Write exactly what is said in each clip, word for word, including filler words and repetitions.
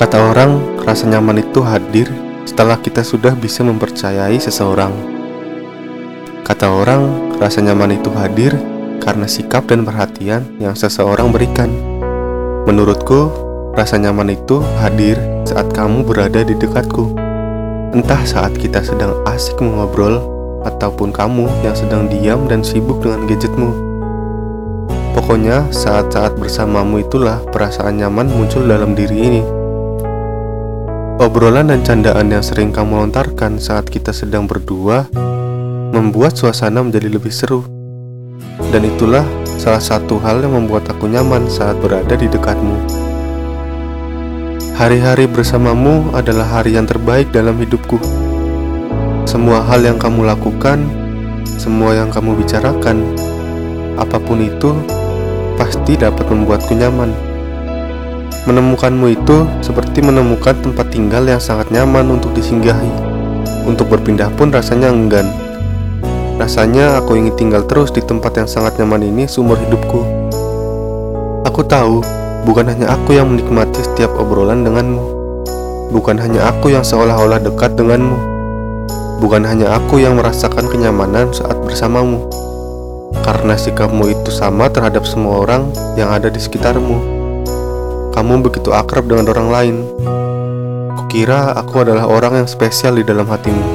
Kata orang, rasa nyaman itu hadir setelah kita sudah bisa mempercayai seseorang. Kata orang, rasa nyaman itu hadir karena sikap dan perhatian yang seseorang berikan. Menurutku, rasa nyaman itu hadir saat kamu berada di dekatku. Entah saat kita sedang asik mengobrol, ataupun kamu yang sedang diam dan sibuk dengan gadgetmu. Pokoknya, saat-saat bersamamu itulah perasaan nyaman muncul dalam diri ini. Obrolan dan candaan yang sering kamu lontarkan saat kita sedang berdua membuat suasana menjadi lebih seru. Dan itulah salah satu hal yang membuat aku nyaman saat berada di dekatmu. Hari-hari bersamamu adalah hari yang terbaik dalam hidupku. Semua hal yang kamu lakukan, semua yang kamu bicarakan, apapun itu, pasti dapat membuatku nyaman. Menemukanmu itu seperti menemukan tempat tinggal yang sangat nyaman untuk disinggahi. Untuk berpindah pun rasanya enggan. Rasanya aku ingin tinggal terus di tempat yang sangat nyaman ini seumur hidupku. Aku tahu, bukan hanya aku yang menikmati setiap obrolan denganmu. Bukan hanya aku yang seolah-olah dekat denganmu. Bukan hanya aku yang merasakan kenyamanan saat bersamamu. Karena sikapmu itu sama terhadap semua orang yang ada di sekitarmu. Kamu begitu akrab dengan orang lain. Kukira aku adalah orang yang spesial di dalam hatimu.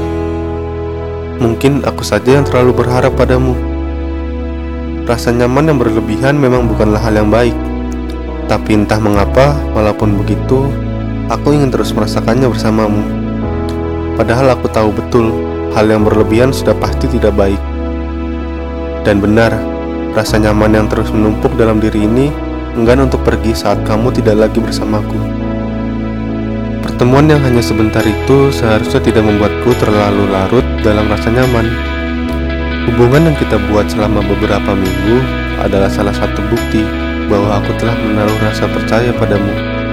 Mungkin aku saja yang terlalu berharap padamu. Rasa nyaman yang berlebihan memang bukanlah hal yang baik. Tapi entah mengapa, walaupun begitu, aku ingin terus merasakannya bersamamu. Padahal aku tahu betul, hal yang berlebihan sudah pasti tidak baik. Dan benar, rasa nyaman yang terus menumpuk dalam diri ini enggan untuk pergi saat kamu tidak lagi bersamaku. Pertemuan yang hanya sebentar itu seharusnya tidak membuatku terlalu larut dalam rasa nyaman. Hubungan yang kita buat selama beberapa minggu adalah salah satu bukti bahwa aku telah menaruh rasa percaya padamu.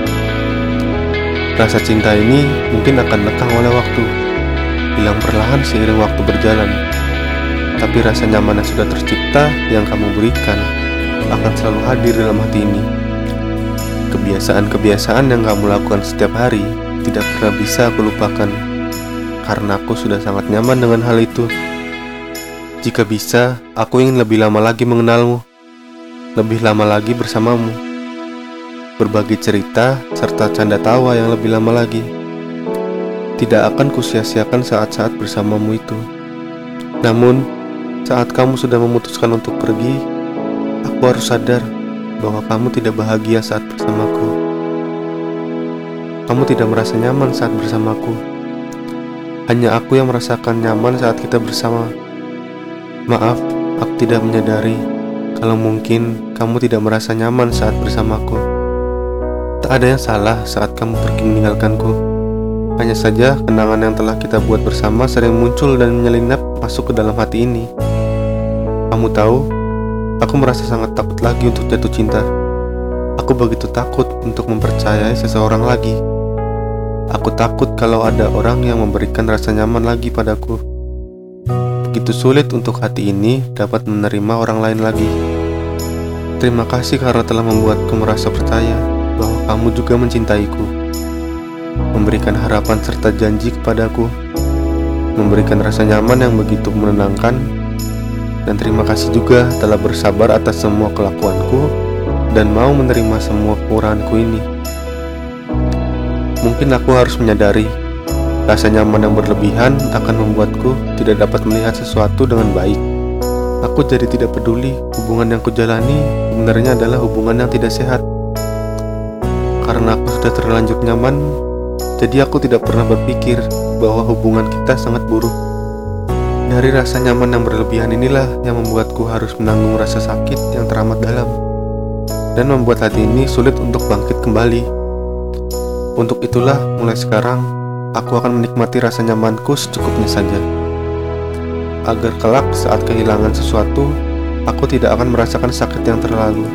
Rasa cinta ini mungkin akan lekang oleh waktu, hilang perlahan seiring waktu berjalan. Tapi rasa nyaman yang sudah tercipta yang kamu berikan akan selalu hadir dalam hati ini. Kebiasaan-kebiasaan yang kamu lakukan setiap hari tidak pernah bisa aku lupakan, karena aku sudah sangat nyaman dengan hal itu. Jika bisa, aku ingin lebih lama lagi mengenalmu, lebih lama lagi bersamamu, berbagi cerita serta canda tawa yang lebih lama lagi. Tidak akan kusia-siakan saat-saat bersamamu itu. Namun, saat kamu sudah memutuskan untuk pergi, aku harus sadar bahwa kamu tidak bahagia saat bersamaku. Kamu tidak merasa nyaman saat bersamaku. Hanya aku yang merasakan nyaman saat kita bersama. Maaf, aku tidak menyadari kalau mungkin kamu tidak merasa nyaman saat bersamaku. Tak ada yang salah saat kamu pergi meninggalkanku. Hanya saja kenangan yang telah kita buat bersama sering muncul dan menyelinap masuk ke dalam hati ini. Kamu tahu, aku merasa sangat takut lagi untuk jatuh cinta. Aku begitu takut untuk mempercayai seseorang lagi. Aku takut kalau ada orang yang memberikan rasa nyaman lagi padaku. Begitu sulit untuk hati ini dapat menerima orang lain lagi. Terima kasih karena telah membuatku merasa percaya bahwa kamu juga mencintaiku, memberikan harapan serta janji kepadaku, memberikan rasa nyaman yang begitu menenangkan. Dan terima kasih juga telah bersabar atas semua kelakuanku dan mau menerima semua kekuranganku ini. Mungkin aku harus menyadari, rasa nyaman yang berlebihan akan membuatku tidak dapat melihat sesuatu dengan baik. Aku jadi tidak peduli hubungan yang kujalani sebenarnya adalah hubungan yang tidak sehat. Karena aku sudah terlanjur nyaman, jadi aku tidak pernah berpikir bahwa hubungan kita sangat buruk. Dari rasa nyaman yang berlebihan inilah yang membuatku harus menanggung rasa sakit yang teramat dalam, dan membuat hati ini sulit untuk bangkit kembali. Untuk itulah, mulai sekarang, aku akan menikmati rasa nyamanku secukupnya saja. Agar kelak saat kehilangan sesuatu, aku tidak akan merasakan sakit yang terlalu.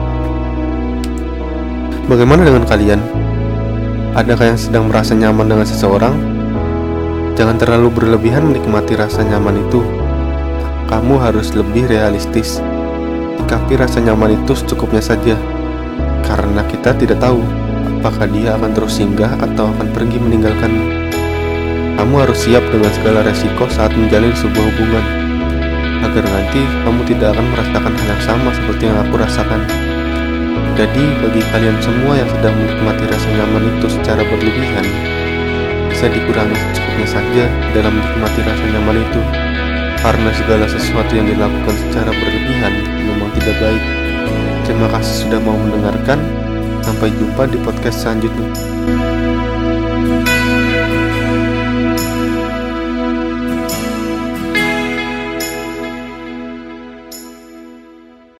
Bagaimana dengan kalian? Adakah yang sedang merasa nyaman dengan seseorang? Jangan terlalu berlebihan menikmati rasa nyaman itu. Kamu harus lebih realistis. Sikapi rasa nyaman itu secukupnya saja. Karena kita tidak tahu apakah dia akan terus singgah atau akan pergi meninggalkanmu. Kamu harus siap dengan segala resiko saat menjalin sebuah hubungan, agar nanti kamu tidak akan merasakan hal yang sama seperti yang aku rasakan. Jadi bagi kalian semua yang sedang menikmati rasa nyaman itu secara berlebihan, bisa dikurangi secukupnya saja dalam menikmati rasa nyaman itu, karena segala sesuatu yang dilakukan secara berlebihan memang tidak baik. Terima kasih sudah mau mendengarkan. Sampai jumpa di podcast selanjutnya.